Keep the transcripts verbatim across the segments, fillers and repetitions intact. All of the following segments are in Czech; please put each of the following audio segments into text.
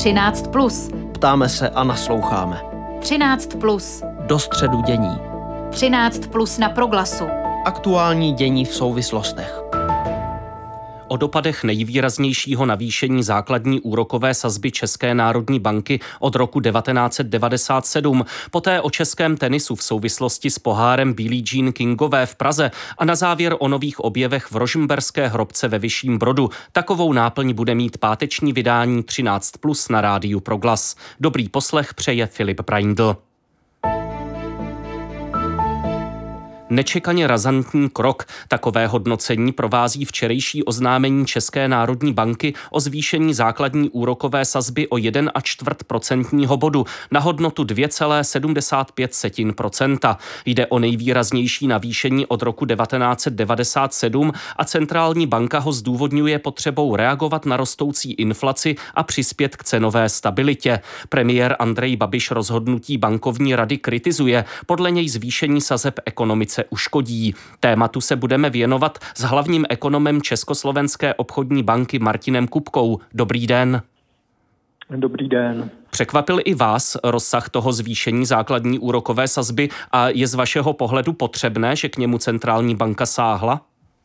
třináct plus. Ptáme se a nasloucháme. třináct plus. Do středu dění. třináct plus na Proglasu. Aktuální dění v souvislostech. O dopadech nejvýraznějšího navýšení základní úrokové sazby České národní banky od roku devatenáct set devadesát sedm, poté o českém tenisu v souvislosti s pohárem Billie Jean Kingové v Praze a na závěr o nových objevech v Rožmberské hrobce ve Vyšším Brodu. Takovou náplň bude mít páteční vydání třináct plus na rádiu Proglas. Dobrý poslech přeje Filip Braindl. Nečekaně razantní krok. Takové hodnocení provází včerejší oznámení České národní banky o zvýšení základní úrokové sazby o jedna a čtvrt procentního bodu na hodnotu dvě celá sedmdesát pět procenta. Jde o nejvýraznější navýšení od roku devatenáct set devadesát sedm a centrální banka ho zdůvodňuje potřebou reagovat na rostoucí inflaci a přispět k cenové stabilitě. Premiér Andrej Babiš rozhodnutí bankovní rady kritizuje. Podle něj zvýšení sazeb ekonomice uškodí. Tématu se budeme věnovat s hlavním ekonomem Československé obchodní banky Martinem Kupkou. Dobrý den. Dobrý den. Překvapil i vás rozsah toho zvýšení základní úrokové sazby a je z vašeho pohledu potřebné, že k němu centrální banka sáhla?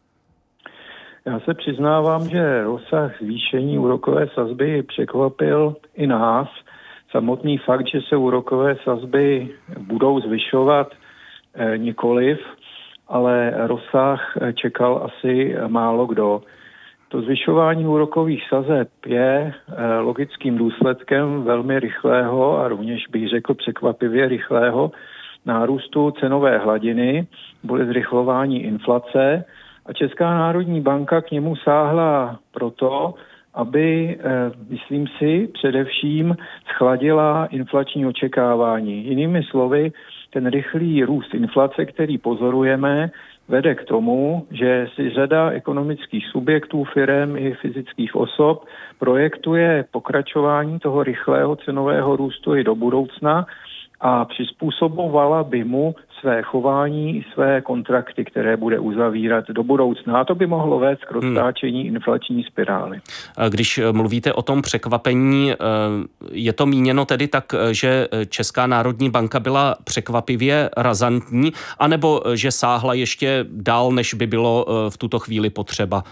Já se přiznávám, že rozsah zvýšení úrokové sazby překvapil i nás. Samotný fakt, že se úrokové sazby budou zvyšovat, nikoliv, ale rozsah čekal asi málo kdo. To zvyšování úrokových sazeb je logickým důsledkem velmi rychlého a rovněž bych řekl překvapivě rychlého nárůstu cenové hladiny, bude zrychlování inflace a Česká národní banka k němu sáhla proto, aby, myslím si, především schladila inflační očekávání. Jinými slovy, ten rychlý růst inflace, který pozorujeme, vede k tomu, že si řada ekonomických subjektů, firem i fyzických osob projektuje pokračování toho rychlého cenového růstu i do budoucna a přizpůsobovala by mu své chování i své kontrakty, které bude uzavírat do budoucna. A to by mohlo vést k roztáčení hmm. inflační spirály. Když mluvíte o tom překvapení, je to míněno tedy tak, že Česká národní banka byla překvapivě razantní, anebo že sáhla ještě dál, než by bylo v tuto chvíli potřeba?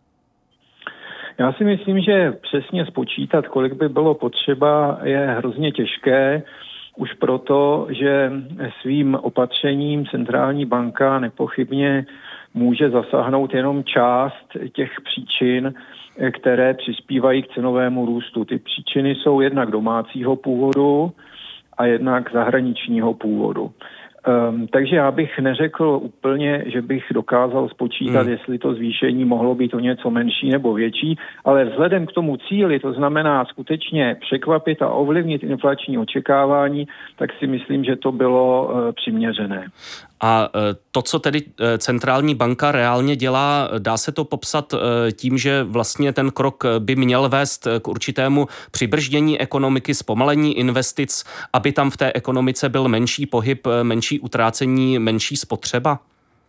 Já si myslím, že přesně spočítat, kolik by bylo potřeba, je hrozně těžké. Už proto, že svým opatřením centrální banka nepochybně může zasáhnout jenom část těch příčin, které přispívají k cenovému růstu. Ty příčiny jsou jednak domácího původu a jednak zahraničního původu. Um, takže já bych neřekl úplně, že bych dokázal spočítat, hmm. jestli to zvýšení mohlo být o něco menší nebo větší, ale vzhledem k tomu cíli, to znamená skutečně překvapit a ovlivnit inflační očekávání, tak si myslím, že to bylo uh, přiměřené. A to, co tedy centrální banka reálně dělá, dá se to popsat tím, že vlastně ten krok by měl vést k určitému přibrždění ekonomiky, zpomalení investic, aby tam v té ekonomice byl menší pohyb, menší utrácení, menší spotřeba?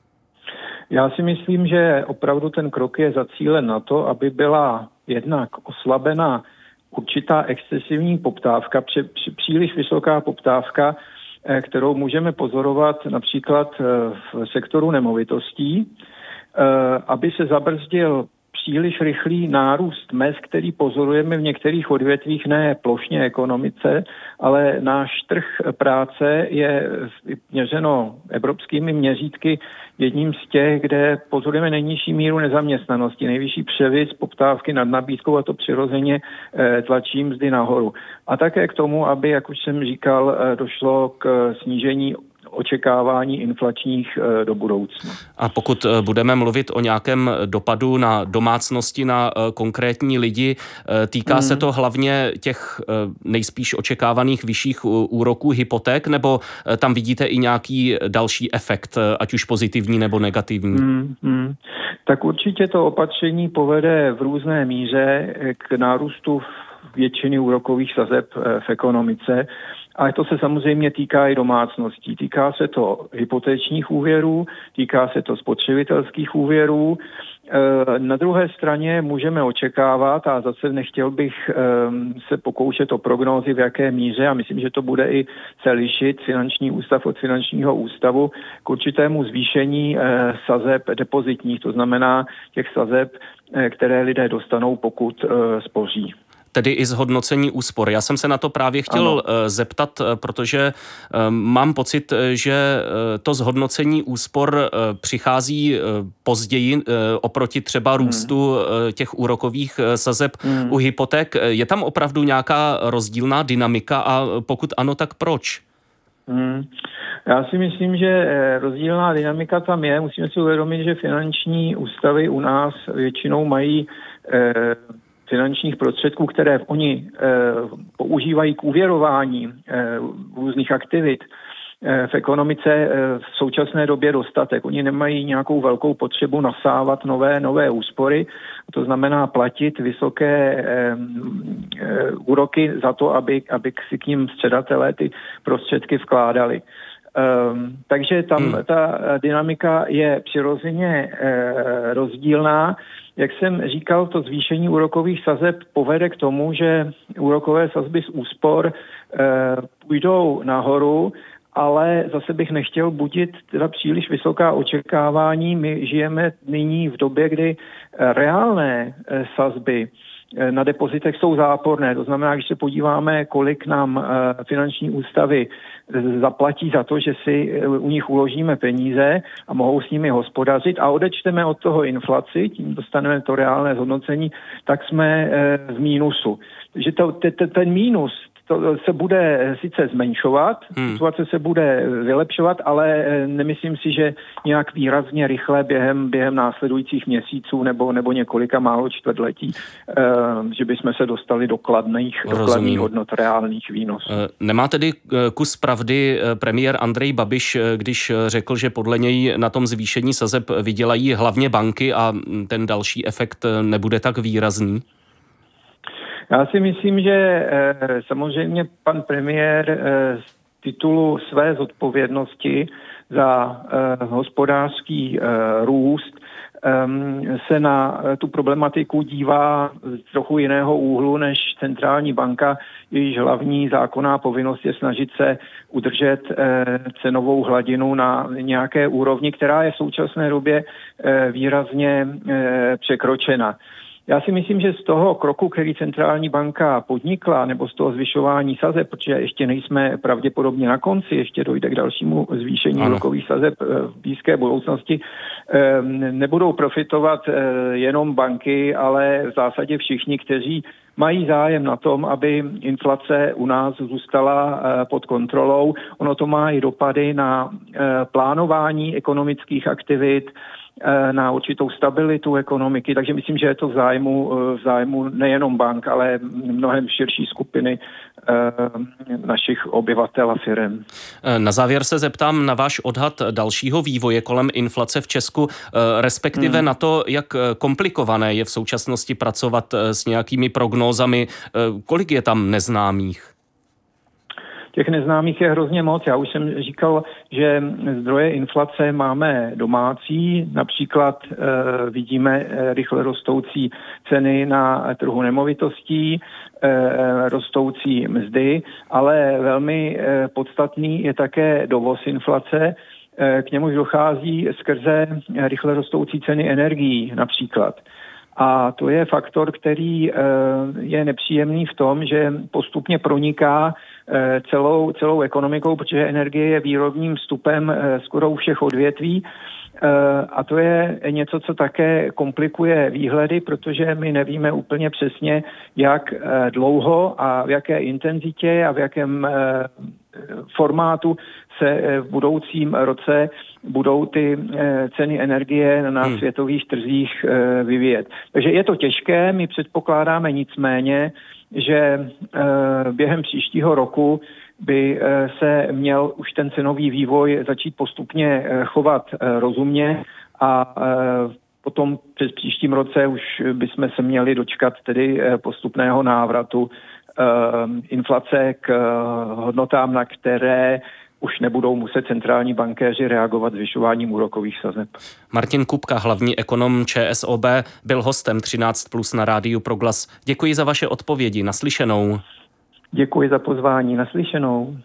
Já si myslím, že opravdu ten krok je zacílen na to, aby byla jednak oslabena určitá excesivní poptávka, při, při, příliš vysoká poptávka, kterou můžeme pozorovat například v sektoru nemovitostí, aby se zabrzdil příliš rychlý nárůst mezd, který pozorujeme v některých odvětvích, ne plošně ekonomice, ale náš trh práce je měřeno evropskými měřítky jedním z těch, kde pozorujeme nejnižší míru nezaměstnanosti, nejvyšší převis poptávky nad nabídkou a to přirozeně tlačí mzdy nahoru. A také k tomu, aby, jak už jsem říkal, došlo k snížení očekávání inflačních do budoucna. A pokud budeme mluvit o nějakém dopadu na domácnosti, na konkrétní lidi, týká hmm. se to hlavně těch nejspíš očekávaných vyšších úroků hypoték, nebo tam vidíte i nějaký další efekt, ať už pozitivní nebo negativní? Hmm. Hmm. Tak určitě to opatření povede v různé míře k nárůstu většiny úrokových sazeb v ekonomice. ale to se samozřejmě týká i domácností. Týká se to hypotečních úvěrů, týká se to spotřebitelských úvěrů. Na druhé straně můžeme očekávat, a zase nechtěl bych se pokoušet o prognózy, v jaké míře, a myslím, že to bude i se lišit finanční ústav od finančního ústavu, k určitému zvýšení sazeb depozitních, to znamená těch sazeb, které lidé dostanou, pokud spoří. Tedy i zhodnocení úspor. Já jsem se na to právě chtěl ano. zeptat, protože mám pocit, že to zhodnocení úspor přichází později oproti třeba růstu hmm. těch úrokových sazeb hmm. u hypoték. Je tam opravdu nějaká rozdílná dynamika a pokud ano, tak proč? Hmm. Já si myslím, že rozdílná dynamika tam je. Musíme si uvědomit, že finanční ústavy u nás většinou mají eh, finančních prostředků, které oni e, používají k úvěrování e, různých aktivit e, v ekonomice e, v současné době dostatek. Oni nemají nějakou velkou potřebu nasávat nové, nové úspory, to znamená platit vysoké e, e, úroky za to, aby, aby si k ním středatelé ty prostředky vkládali. Um, takže tam hmm. ta dynamika je přirozeně e, rozdílná. Jak jsem říkal, to zvýšení úrokových sazeb povede k tomu, že úrokové sazby z úspor e, půjdou nahoru, ale zase bych nechtěl budit teda příliš vysoká očekávání. My žijeme nyní v době, kdy reálné e, sazby na depozitech jsou záporné. To znamená, když se podíváme, kolik nám finanční ústavy zaplatí za to, že si u nich uložíme peníze a mohou s nimi hospodařit a odečteme od toho inflaci, tím dostaneme to reálné zhodnocení, tak jsme v mínusu. Takže to, te, ten mínus to se bude sice zmenšovat, hmm. situace se bude vylepšovat, ale nemyslím si, že nějak výrazně rychle během, během následujících měsíců nebo, nebo několika málo čtvrtletí, že bychom se dostali do kladných, do kladných hodnot reálných výnosů. Nemá tedy kus pravdy premiér Andrej Babiš, když řekl, že podle něj na tom zvýšení sazeb vydělají hlavně banky a ten další efekt nebude tak výrazný? Já si myslím, že eh, samozřejmě pan premiér eh, z titulu své zodpovědnosti za eh, hospodářský eh, růst eh, se na eh, tu problematiku dívá z trochu jiného úhlu než centrální banka, jejíž hlavní zákonná povinnost je snažit se udržet eh, cenovou hladinu na nějaké úrovni, která je v současné době eh, výrazně eh, překročena. Já si myslím, že z toho kroku, který centrální banka podnikla, nebo z toho zvyšování sazeb, protože ještě nejsme pravděpodobně na konci, ještě dojde k dalšímu zvýšení úrokových sazeb v blízké budoucnosti, nebudou profitovat jenom banky, ale v zásadě všichni, kteří mají zájem na tom, aby inflace u nás zůstala pod kontrolou. Ono to má i dopady na plánování ekonomických aktivit, na určitou stabilitu ekonomiky, takže myslím, že je to v zájmu, v zájmu nejenom bank, ale mnohem širší skupiny našich obyvatel a firem. Na závěr se zeptám na váš odhad dalšího vývoje kolem inflace v Česku, respektive hmm. na to, jak komplikované je v současnosti pracovat s nějakými prognózami. Kolik je tam neznámých? Těch neznámých je hrozně moc. Já už jsem říkal, že zdroje inflace máme domácí, například e, vidíme rychle rostoucí ceny na trhu nemovitostí, e, rostoucí mzdy, ale velmi e, podstatný je také dovoz inflace. E, k němuž dochází skrze rychle rostoucí ceny energií například. A to je faktor, který je nepříjemný v tom, že postupně proniká celou, celou ekonomikou, protože energie je výrobním vstupem skoro u všech odvětví. A to je něco, co také komplikuje výhledy, protože my nevíme úplně přesně, jak dlouho a v jaké intenzitě a v jakém formátu se v budoucím roce budou ty ceny energie na hmm. světových trzích vyvíjet. Takže je to těžké, my předpokládáme nicméně, že během příštího roku by se měl už ten cenový vývoj začít postupně chovat rozumně a potom přes příštím roce už bychom se měli dočkat tedy postupného návratu inflace k hodnotám, na které už nebudou muset centrální bankéři reagovat zvyšováním úrokových sazeb. Martin Kupka, hlavní ekonom ČSOB, byl hostem třináct plus na Rádiu Proglas. Děkuji za vaše odpovědi. Naslyšenou. Děkuji za pozvání. Naslyšenou.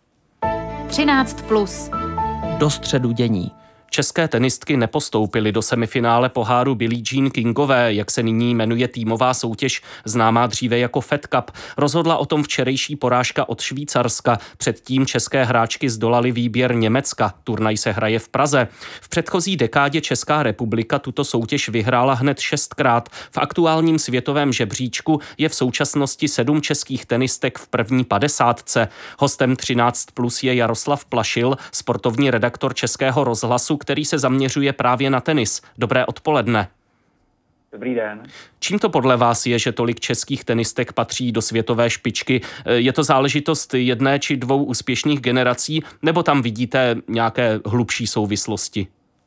třináct plus. Do středu dění. České tenistky nepostoupily do semifinále poháru Billie Jean Kingové, jak se nyní jmenuje týmová soutěž, známá dříve jako Fed Cup. Rozhodla o tom včerejší porážka od Švýcarska. Předtím české hráčky zdolaly výběr Německa. Turnaj se hraje v Praze. V předchozí dekádě Česká republika tuto soutěž vyhrála hned šestkrát. V aktuálním světovém žebříčku je v současnosti sedm českých tenistek v první padesátce. Hostem třináct plus je Jaroslav Plašil, sportovní redaktor Českého rozhlasu, který se zaměřuje právě na tenis. Dobré odpoledne. Dobrý den. Čím to podle vás je, že tolik českých tenistek patří do světové špičky? Je to záležitost jedné či dvou úspěšných generací, nebo tam vidíte nějaké hlubší souvislosti?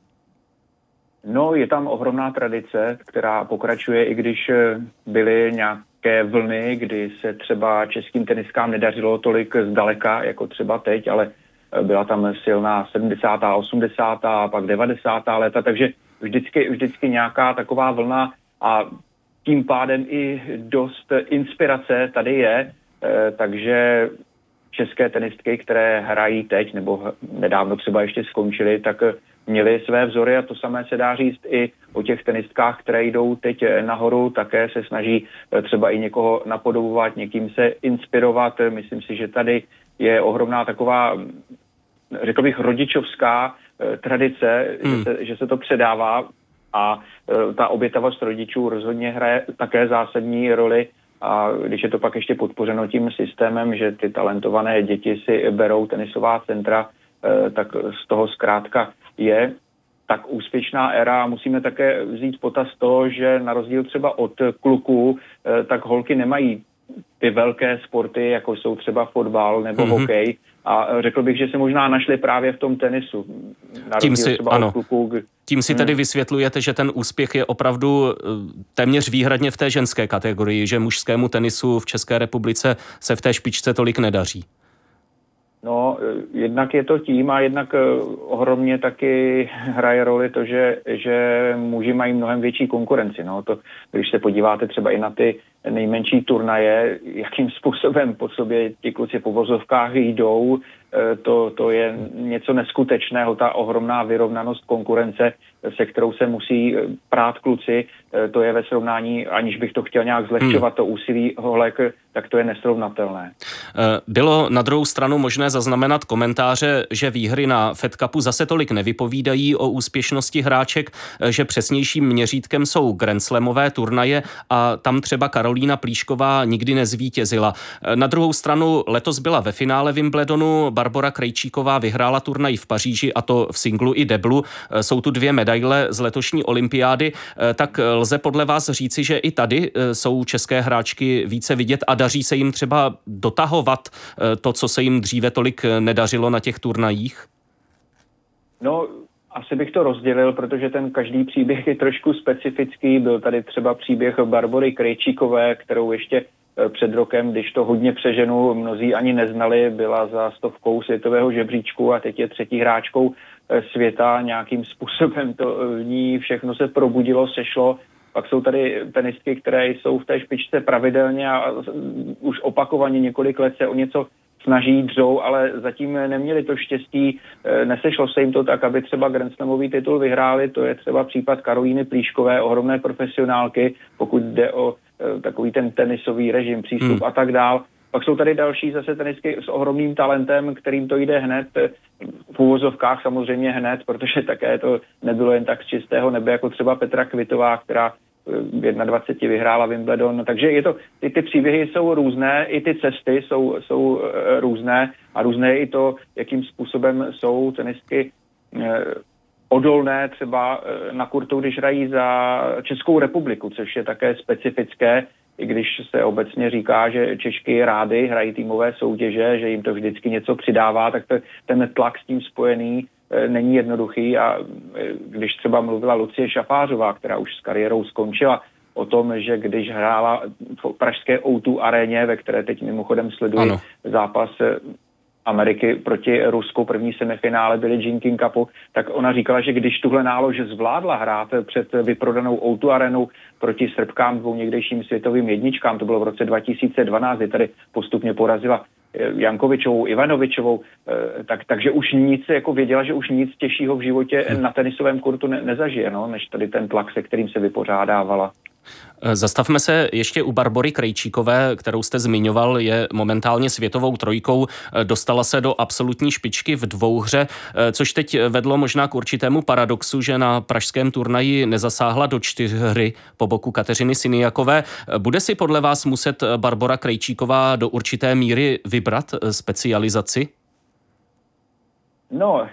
No, je tam ohromná tradice, která pokračuje, i když byly nějaké vlny, kdy se třeba českým teniskám nedařilo tolik zdaleka, jako třeba teď, ale byla tam silná sedmdesátá, osmdesátá a pak devadesátá léta, takže vždycky, vždycky nějaká taková vlna a tím pádem i dost inspirace tady je, takže české tenistky, které hrají teď nebo nedávno třeba ještě skončily, tak měly své vzory a to samé se dá říct i o těch tenistkách, které jdou teď nahoru, také se snaží třeba i někoho napodobovat, někým se inspirovat. Myslím si, že tady je ohromná taková, řekl bych, rodičovská eh, tradice, hmm. že, se, že se to předává a eh, ta obětavost rodičů rozhodně hraje také zásadní roli a když je to pak ještě podpořeno tím systémem, že ty talentované děti si berou tenisová centra, eh, tak z toho zkrátka je tak úspěšná éra a musíme také vzít potaz toho, že na rozdíl třeba od kluků, eh, tak holky nemají ty velké sporty, jako jsou třeba fotbal nebo mm-hmm. hokej. A řekl bych, že se možná našli právě v tom tenisu. Tím si, ano. Kluků, Tím si tedy hmm. vysvětlujete, že ten úspěch je opravdu téměř výhradně v té ženské kategorii, že mužskému tenisu v České republice se v té špičce tolik nedaří. No, jednak je to tím a jednak ohromně taky hraje roli to, že, že muži mají mnohem větší konkurenci. No, to, když se podíváte třeba i na ty nejmenší turnaje, jakým způsobem po sobě ti kluci po vozovkách jdou, to, to je něco neskutečného, ta ohromná vyrovnanost konkurence, se kterou se musí prát kluci, to je ve srovnání, aniž bych to chtěl nějak zlehčovat, hmm. to úsilí holek, tak to je nesrovnatelné. Bylo na druhou stranu možné zaznamenat komentáře, že výhry na Fed Cupu zase tolik nevypovídají o úspěšnosti hráček, že přesnějším měřítkem jsou grandslamové turnaje a tam třeba Karolína Plíšková nikdy nezvítězila. Na druhou stranu letos byla ve finále Wimbledonu, Barbora Krejčíková vyhrála turnaj v Paříži a to v singlu i deblu. Jsou tu dvě medaile z letošní olympiády, tak lze podle vás říci, že i tady jsou české hráčky více vidět a daří se jim třeba dotahovat to, co se jim dříve tolik nedařilo na těch turnajích? No, asi bych to rozdělil, protože ten každý příběh je trošku specifický. Byl tady třeba příběh Barbory Krejčíkové, kterou ještě před rokem, když to hodně přeženu, mnozí ani neznali, byla za stovkou světového žebříčku a teď je třetí hráčkou světa. Nějakým způsobem to v ní všechno se probudilo, sešlo. Pak jsou tady tenistky, které jsou v té špičce pravidelně a už opakovaně několik let se o něco snaží, dřou, ale zatím neměli to štěstí, nesešlo se jim to tak, aby třeba grandslamový titul vyhráli. To je třeba případ Karolíny Plíškové, ohromné profesionálky, pokud jde o takový ten tenisový režim, přístup hmm. a tak dál. Pak jsou tady další zase tenistky s ohromným talentem, kterým to jde hned, v úvozovkách samozřejmě hned, protože také to nebylo jen tak z čistého nebe, jako třeba Petra Kvitová, která v dvaceti jedné vyhrála Wimbledon. Takže je to, ty, ty příběhy jsou různé, i ty cesty jsou, jsou různé a různé je i to, jakým způsobem jsou tenistky odolné třeba na kurtu, když hrají za Českou republiku, což je také specifické, i když se obecně říká, že Češky rády hrají týmové soutěže, že jim to vždycky něco přidává, tak to, ten tlak s tím spojený není jednoduchý a když třeba mluvila Lucie Šafářová, která už s kariérou skončila, o tom, že když hrála v pražské ó dva aréně, ve které teď mimochodem sleduji ano. zápas Ameriky proti Rusku, první semifinále Billie Jean King Cupu, tak ona říkala, že když tuhle nálož zvládla hrát před vyprodanou ó dva arenou proti Srbkám, dvou někdejším světovým jedničkám, to bylo v roce dva tisíce dvanáct, kdy tady postupně porazila Jankovičovou, Ivanovičovou, tak, takže už nic, jako věděla, že už nic těžšího v životě na tenisovém kurtu ne, nezažije, no, než tady ten tlak, se kterým se vypořádávala. Zastavme se ještě u Barbory Krejčíkové, kterou jste zmiňoval, je momentálně světovou trojkou, dostala se do absolutní špičky v dvouhře, což teď vedlo možná k určitému paradoxu, že na pražském turnaji nezasáhla do čtyřhry po boku Kateřiny Siniakové. Bude si podle vás muset Barbora Krejčíková do určité míry vybrat specializaci? No,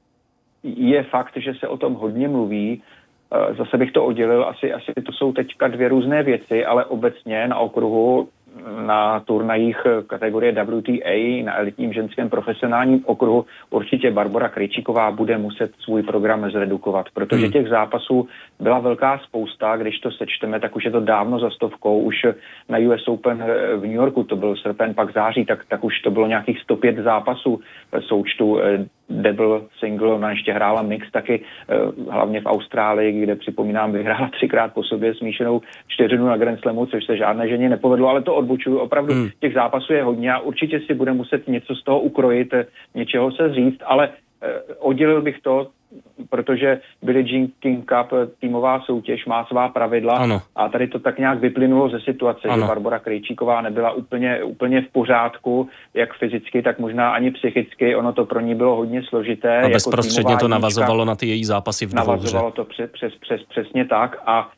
je fakt, že se o tom hodně mluví. Zase bych to oddělil, asi, asi to jsou teďka dvě různé věci, ale obecně na okruhu, na turnajích kategorie W T A, na elitním ženském profesionálním okruhu, určitě Barbora Krejčíková bude muset svůj program zredukovat, protože těch zápasů byla velká spousta, když to sečteme, tak už je to dávno za stovkou, už na U S Open v New Yorku, to byl srpen, pak září, tak, tak už to bylo nějakých sto pět zápasů součtu double, single, ona ještě hrála mix taky, hlavně v Austrálii, kde připomínám, vyhrála třikrát po sobě smíšenou čtyřinu na Grand Slamu, což se žádné ženě nepovedlo, ale to odbočuju, opravdu hmm. těch zápasů je hodně a určitě si bude muset něco z toho ukrojit, něčeho se zříct, ale oddělil bych to, protože Billie Jean King Cup, týmová soutěž, má svá pravidla ano. a tady to tak nějak vyplynulo ze situace, ano. že Barbora Krejčíková nebyla úplně, úplně v pořádku, jak fyzicky, tak možná ani psychicky, ono to pro ní bylo hodně složité. A bezprostředně jako to navazovalo na ty její zápasy v dvouhře. Navazovalo to přes, přes, přes, přesně tak a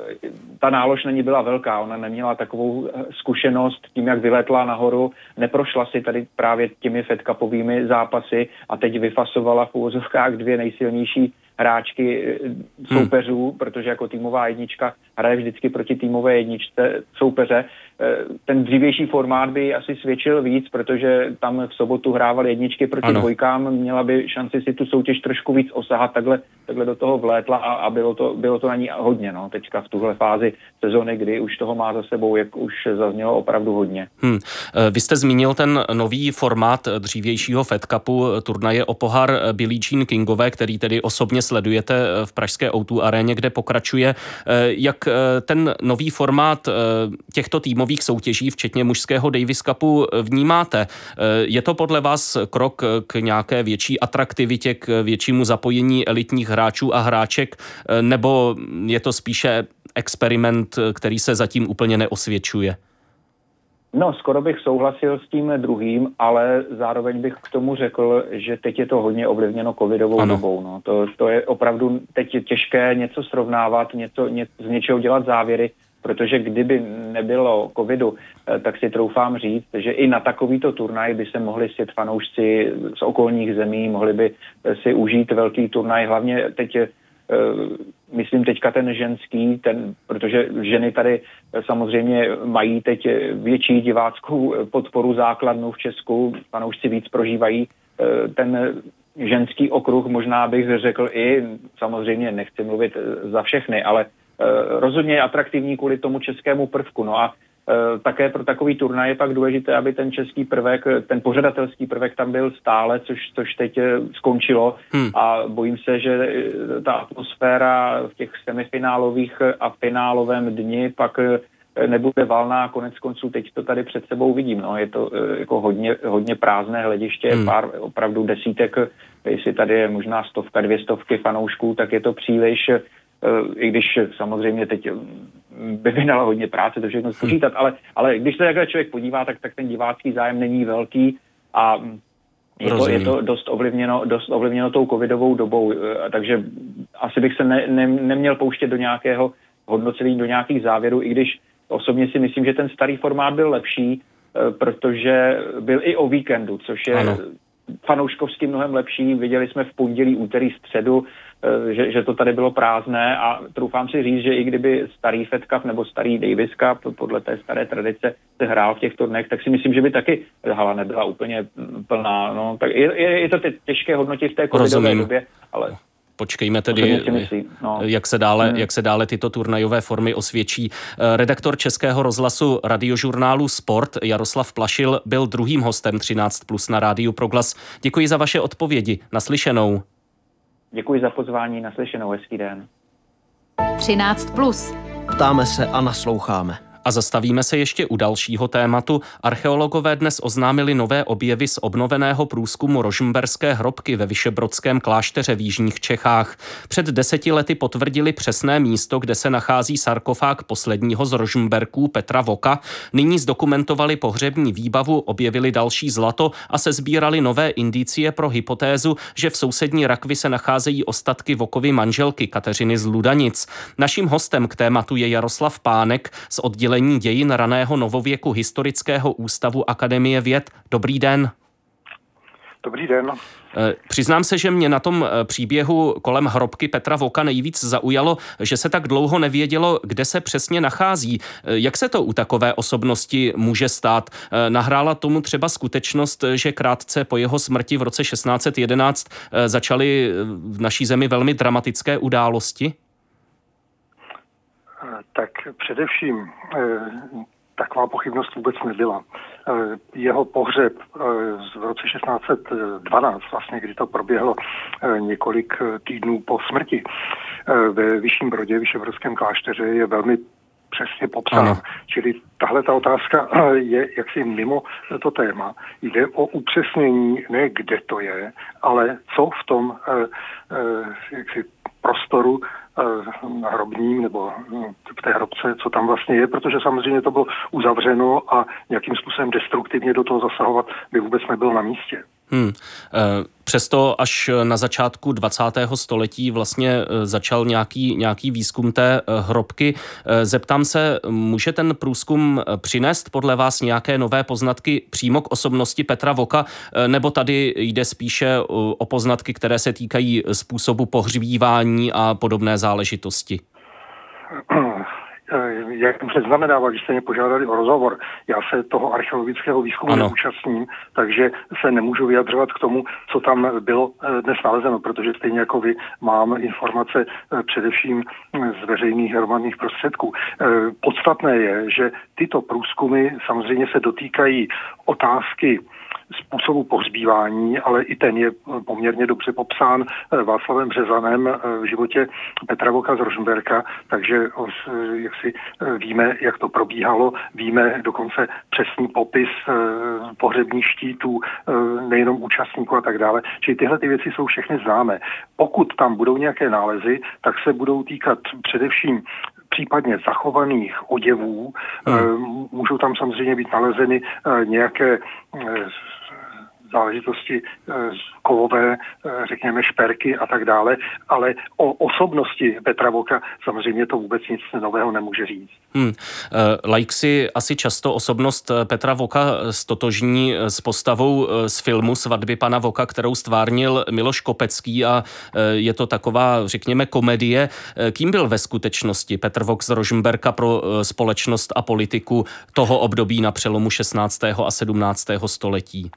ta nálož na ní byla velká, ona neměla takovou zkušenost tím, jak vyletla nahoru, neprošla si tady právě těmi Fed Cupovými zápasy a teď vyfasovala v uvozovkách dvě nejsilnější hráčky soupeřů, hmm. protože jako týmová jednička hraje vždycky proti týmové jedničce soupeře. Ten dřívější formát by asi svědčil víc, protože tam v sobotu hrávali jedničky proti ano. dvojkám, měla by šanci si tu soutěž trošku víc osahat, takhle, takhle do toho vlétla a, a bylo, to, bylo to na ní hodně. No. Teďka v tuhle fázi sezony, kdy už toho má za sebou, jak už zaznělo, opravdu hodně. Hmm. Vy jste zmínil ten nový formát dřívějšího Fed Cupu, turnaje o pohár Billie Jean Kingové, který tedy osobně sledujete v pražské ó dva aréně, kde pokračuje. Jak ten nový formát těchto týmových soutěží, včetně mužského Davis Cupu, vnímáte? Je to podle vás krok k nějaké větší atraktivitě, k většímu zapojení elitních hráčů a hráček, nebo je to spíše experiment, který se zatím úplně neosvědčuje? No, skoro bych souhlasil s tím druhým, ale zároveň bych k tomu řekl, že teď je to hodně ovlivněno covidovou ano. dobou. No. To, to je opravdu teď je těžké něco srovnávat, něco, ně, z něčeho dělat závěry, protože kdyby nebylo covidu, tak si troufám říct, že i na takovýto turnaj by se mohli sjet fanoušci z okolních zemí, mohli by si užít velký turnaj, hlavně teď myslím teďka ten ženský, ten, protože ženy tady samozřejmě mají teď větší diváckou podporu základnu v Česku, fanoušci víc prožívají ten ženský okruh, možná bych řekl i, samozřejmě nechci mluvit za všechny, ale rozhodně je atraktivní kvůli tomu českému prvku. No a také pro takový turnaj je pak důležité, aby ten český prvek, ten pořadatelský prvek tam byl stále, což, což teď skončilo hmm. a bojím se, že ta atmosféra v těch semifinálových a finálovém dni pak nebude valná, konec konců teď to tady před sebou vidím. No, je to jako hodně, hodně prázdné hlediště, hmm. pár opravdu desítek, jestli tady je možná stovka, dvě stovky fanoušků, tak je to příliš, i když samozřejmě teď by vynala hodně práce to všechno spočítat, ale, ale když se takhle člověk podívá, tak, tak ten divácký zájem není velký a je to, je to dost ovlivněno, dost ovlivněno tou covidovou dobou, takže asi bych se ne, ne, neměl pouštět do nějakého hodnocení, do nějakých závěrů, i když osobně si myslím, že ten starý formát byl lepší, protože byl i o víkendu, což je ano. fanouškovsky mnohem lepší. Viděli jsme v pondělí, úterý, středu, že, že to tady bylo prázdné a troufám si říct, že i kdyby starý Fed Cup nebo starý Davis Cup podle té staré tradice se hrál v těch turnajích, tak si myslím, že by taky hala nebyla úplně plná. No, tak je, je, je to těžké hodnotit v té covidové době, ale... Počkejme tedy, no. jak, se dále, hmm. jak se dále tyto turnajové formy osvědčí. Redaktor Českého rozhlasu radiožurnálu Sport Jaroslav Plašil byl druhým hostem třináct plus na Rádiu Proglas. Děkuji za vaše odpovědi. Naslyšenou. Děkuji za pozvání. Naslyšenou. Hezký den. třináct plus. Ptáme se a nasloucháme. A zastavíme se ještě u dalšího tématu. Archeologové dnes oznámili nové objevy z obnoveného průzkumu rožmberské hrobky ve Vyšebrodském klášteře v jižních Čechách. Před deseti lety potvrdili přesné místo, kde se nachází sarkofág posledního z Rožmberků Petra Voka. Nyní zdokumentovali pohřební výbavu, objevili další zlato a sesbírali nové indicie pro hypotézu, že v sousední rakvi se nacházejí ostatky Vokovy manželky Kateřiny z Ludanic. Naším hostem k tématu je Jaroslav Pánek z oddělení dějin raného novověku Historického ústavu Akademie věd. Dobrý den. Dobrý den. Přiznám se, že mě na tom příběhu kolem hrobky Petra Voka nejvíc zaujalo, že se tak dlouho nevědělo, kde se přesně nachází. Jak se to u takové osobnosti může stát? Nahrála tomu třeba skutečnost, že krátce po jeho smrti v roce šestnáct set jedenáct začaly v naší zemi velmi dramatické události? Tak především taková pochybnost vůbec nebyla. Jeho pohřeb v roce šestnáct set dvanáct, vlastně, kdy to proběhlo několik týdnů po smrti, ve Vyšším Brodě, Vyšebrodském klášteře, je velmi přesně popsán. Ano. Čili tahle ta otázka je jaksi mimo to téma. Jde o upřesnění, ne kde to je, ale co v tom jaksi prostoru hrobním nebo v té hrobce, co tam vlastně je, protože samozřejmě to bylo uzavřeno a nějakým způsobem destruktivně do toho zasahovat by vůbec nebylo na místě. Hmm. Přesto až na začátku dvacátého století vlastně začal nějaký, nějaký výzkum té hrobky. Zeptám se, může ten průzkum přinést podle vás nějaké nové poznatky přímo k osobnosti Petra Voka, nebo tady jde spíše o poznatky, které se týkají způsobu pohřbívání a podobné záležitosti? Jak jsem předznamenával, když jste mě požádali o rozhovor, já se toho archeologického výzkumu ano. neúčastním, takže se nemůžu vyjadřovat k tomu, co tam bylo dnes nalezeno, protože stejně jako vy mám informace především z veřejných hromadných prostředků. Podstatné je, že tyto průzkumy samozřejmě se dotýkají otázky způsobu pohřbívání, ale i ten je poměrně dobře popsán Václavem Březanem v životě Petra Voka z Rožmberka, takže jak si víme, jak to probíhalo, víme dokonce přesný popis pohřebních štítů, nejenom účastníků a tak dále. Čili tyhle ty věci jsou všechny známé. Pokud tam budou nějaké nálezy, tak se budou týkat především případně zachovaných oděvů. Hmm. Můžou tam samozřejmě být nalezeny nějaké záležitosti kovové, řekněme šperky a tak dále, ale o osobnosti Petra Voka samozřejmě to vůbec nic nového nemůže říct. Hmm. Laik si asi často osobnost Petra Voka stotožní s postavou z filmu Svatby pana Voka, kterou stvárnil Miloš Kopecký a je to taková, řekněme, komedie. Kým byl ve skutečnosti Petr Vok z Rožmberka pro společnost a politiku toho období na přelomu šestnáctého a sedmnáctého století?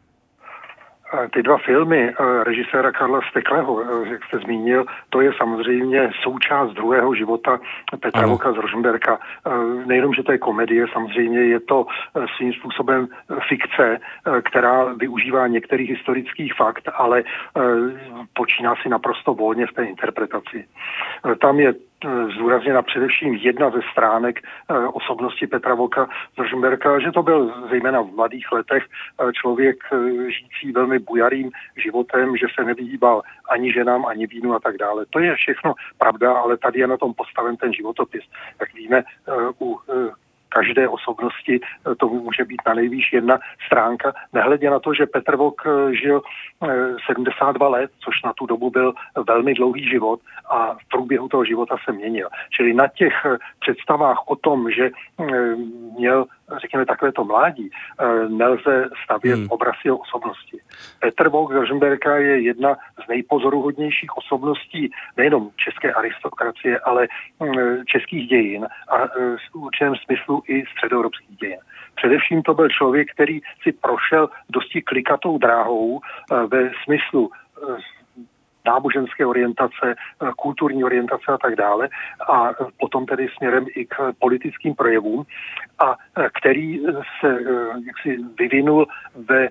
Ty dva filmy režiséra Karla Steklého, jak jste zmínil, to je samozřejmě součást druhého života Petra ano. Voka z Rožmberka. Nejenom, že to je komedie, samozřejmě je to svým způsobem fikce, která využívá některých historických fakt, ale počíná si naprosto volně v té interpretaci. Tam je zdůrazněna především jedna ze stránek osobnosti Petra Voka z Rožmberka, že to byl zejména v mladých letech člověk žijící velmi bujarým životem, že se nevyhýbal ani ženám, ani vínu a tak dále. To je všechno pravda, ale tady je na tom postaven ten životopis. Jak víme, u každé osobnosti to může být na nejvýš jedna stránka, nehledě na to, že Petr Vok žil sedmdesát dva let, což na tu dobu byl velmi dlouhý život a v průběhu toho života se měnil. Čili na těch představách o tom, že měl, řekněme, takovéto mládí, nelze stavět hmm. obraz jeho osobnosti. Petr Vok z Rožmberka je jedna z nejpozoruhodnějších osobností nejenom české aristokracie, ale českých dějin a v určitém smyslu i středoevropských dějin. Především to byl člověk, který si prošel dosti klikatou dráhou ve smyslu náboženské orientace, kulturní orientace a tak dále a potom tedy směrem i k politickým projevům a který se jaksi vyvinul ve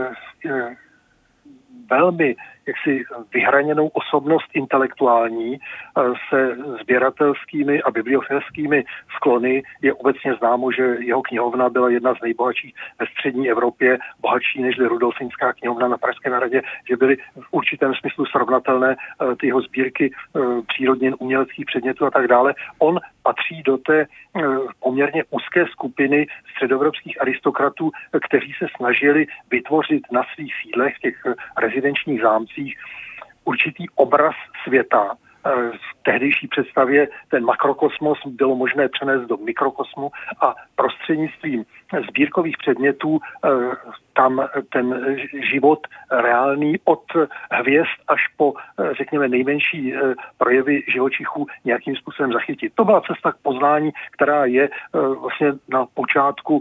velmi jaksi vyhraněnou osobnost intelektuální se sběratelskými a bibliofilskými sklony. Je obecně známo, že jeho knihovna byla jedna z nejbohatších ve střední Evropě, bohatší než Rudolfínská knihovna na Pražském hradě, že byly v určitém smyslu srovnatelné ty jeho sbírky přírodně uměleckých předmětů a tak dále. On patří do té poměrně úzké skupiny středoevropských aristokratů, kteří se snažili vytvořit na svých sídlech, v těch rezidenčních zámcích, určitý obraz světa. V tehdejší představě ten makrokosmos bylo možné přenést do mikrokosmu a prostřednictvím sbírkových předmětů tam ten život reálný od hvězd až po, řekněme, nejmenší projevy živočichů nějakým způsobem zachytit. To byla cesta k poznání, která je vlastně na počátku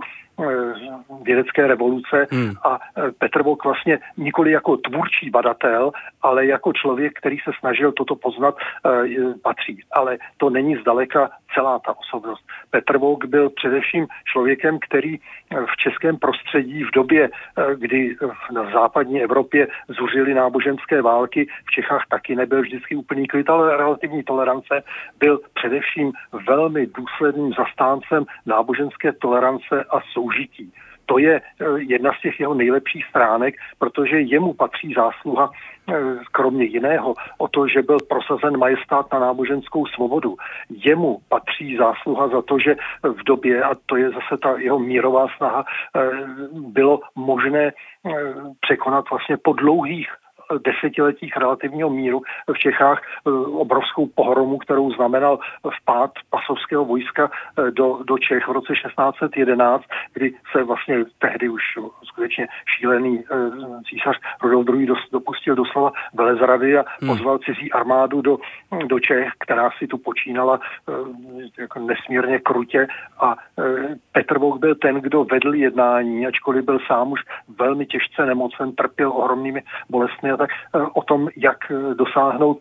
vědecké revoluce hmm. a Petr Vok vlastně nikoli jako tvůrčí badatel, ale jako člověk, který se snažil toto poznat, patří. Ale to není zdaleka celá ta osobnost. Petr Vok byl především člověkem, který v českém prostředí v době, kdy v západní Evropě zuřily náboženské války, v Čechách taky nebyl vždycky úplný klid, ale relativní tolerance, byl především velmi důsledným zastáncem náboženské tolerance a soužití. To je jedna z těch jeho nejlepších stránek, protože jemu patří zásluha, kromě jiného, o to, že byl prosazen majestát na náboženskou svobodu. Jemu patří zásluha za to, že v době, a to je zase ta jeho mírová snaha, bylo možné překonat vlastně po dlouhých desetiletích relativního míru v Čechách obrovskou pohromu, kterou znamenal vpád pasovského vojska do, do Čech v roce šestnáct set jedenáct, kdy se vlastně tehdy už skutečně šílený císař Rudolf druhý. Dopustil doslova velezrady a pozval cizí armádu do, do Čech, která si tu počínala jako nesmírně krutě a Petr Vok byl ten, kdo vedl jednání, ačkoliv byl sám už velmi těžce nemocen, trpěl ohromnými bolestmi a tak o tom, jak dosáhnout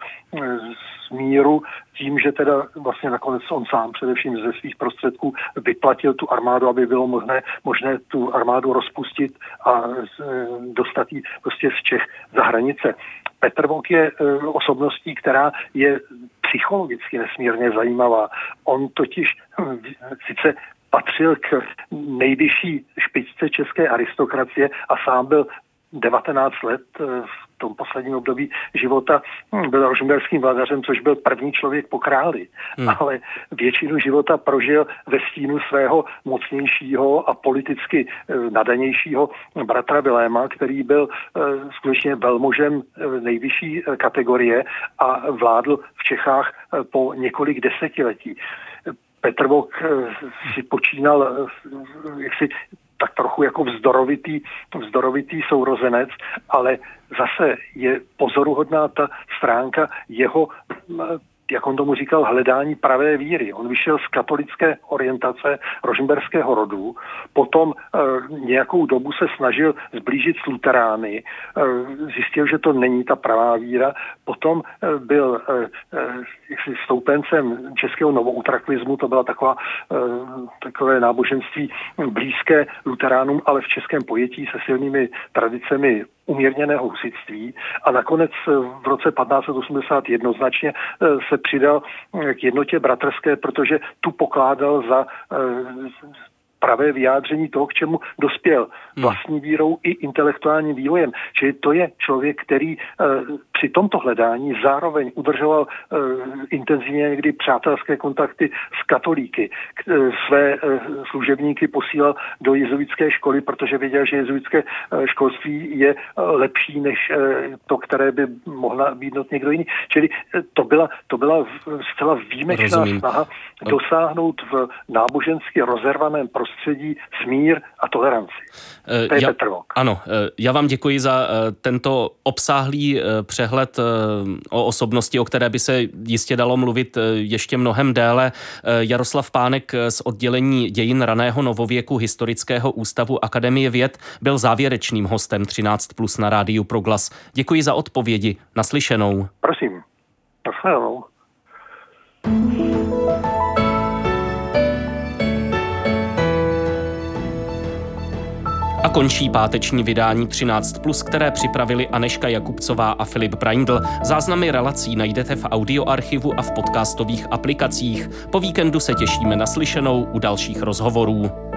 smíru tím, že teda vlastně nakonec on sám především ze svých prostředků vyplatil tu armádu, aby bylo možné, možné tu armádu rozpustit a dostat ji prostě z Čech za hranice. Petr Vok je osobností, která je psychologicky nesmírně zajímavá. On totiž sice patřil k nejvyšší špičce české aristokracie a sám byl devatenáct let v tom posledním období života byl rožmberským vladařem, což byl první člověk po králi. Hmm. Ale většinu života prožil ve stínu svého mocnějšího a politicky nadanějšího bratra Viléma, který byl skutečně velmožem nejvyšší kategorie a vládl v Čechách po několik desetiletí. Petr Vok si počínal jaksi tak trochu jako vzdorovitý, vzdorovitý sourozenec, ale zase je pozoruhodná ta stránka jeho, jak on tomu říkal, hledání pravé víry. On vyšel z katolické orientace rožmberského rodu, potom e, nějakou dobu se snažil zblížit s luterány, e, zjistil, že to není ta pravá víra, potom e, byl e, e, stoupencem českého novoutrakvismu, to byla taková, e, takové náboženství blízké luteránům, ale v českém pojetí se silnými tradicemi umírněného husitství a nakonec v roce patnáct set osmdesát jednoznačně se přidal k jednotě bratrské, protože tu pokládal za pravé vyjádření toho, k čemu dospěl vlastní vírou i intelektuálním vývojem. Čili to je člověk, který e, při tomto hledání zároveň udržoval e, intenzivně někdy přátelské kontakty s katolíky. K, e, své e, služebníky posílal do jezuitské školy, protože věděl, že jezuitské e, školství je e, lepší než e, to, které by mohla být někdo jiný. Čili e, to byla, to byla zcela výjimečná Rozumím. snaha dosáhnout v nábožensky rozervaném prostředí prostředí, smír a toleranci. To je já, Petr Vok. Ano, já vám děkuji za tento obsáhlý přehled o osobnosti, o které by se jistě dalo mluvit ještě mnohem déle. Jaroslav Pánek z oddělení dějin raného novověku Historického ústavu Akademie věd byl závěrečným hostem třináct plus na Rádiu Proglas. Děkuji za odpovědi. Naslyšenou. Prosím. Naslyšenou. A končí páteční vydání třináct plus, které připravili Anežka Jakubcová a Filip Braindl. Záznamy relací najdete v audioarchivu a v podcastových aplikacích. Po víkendu se těšíme na slyšenou u dalších rozhovorů.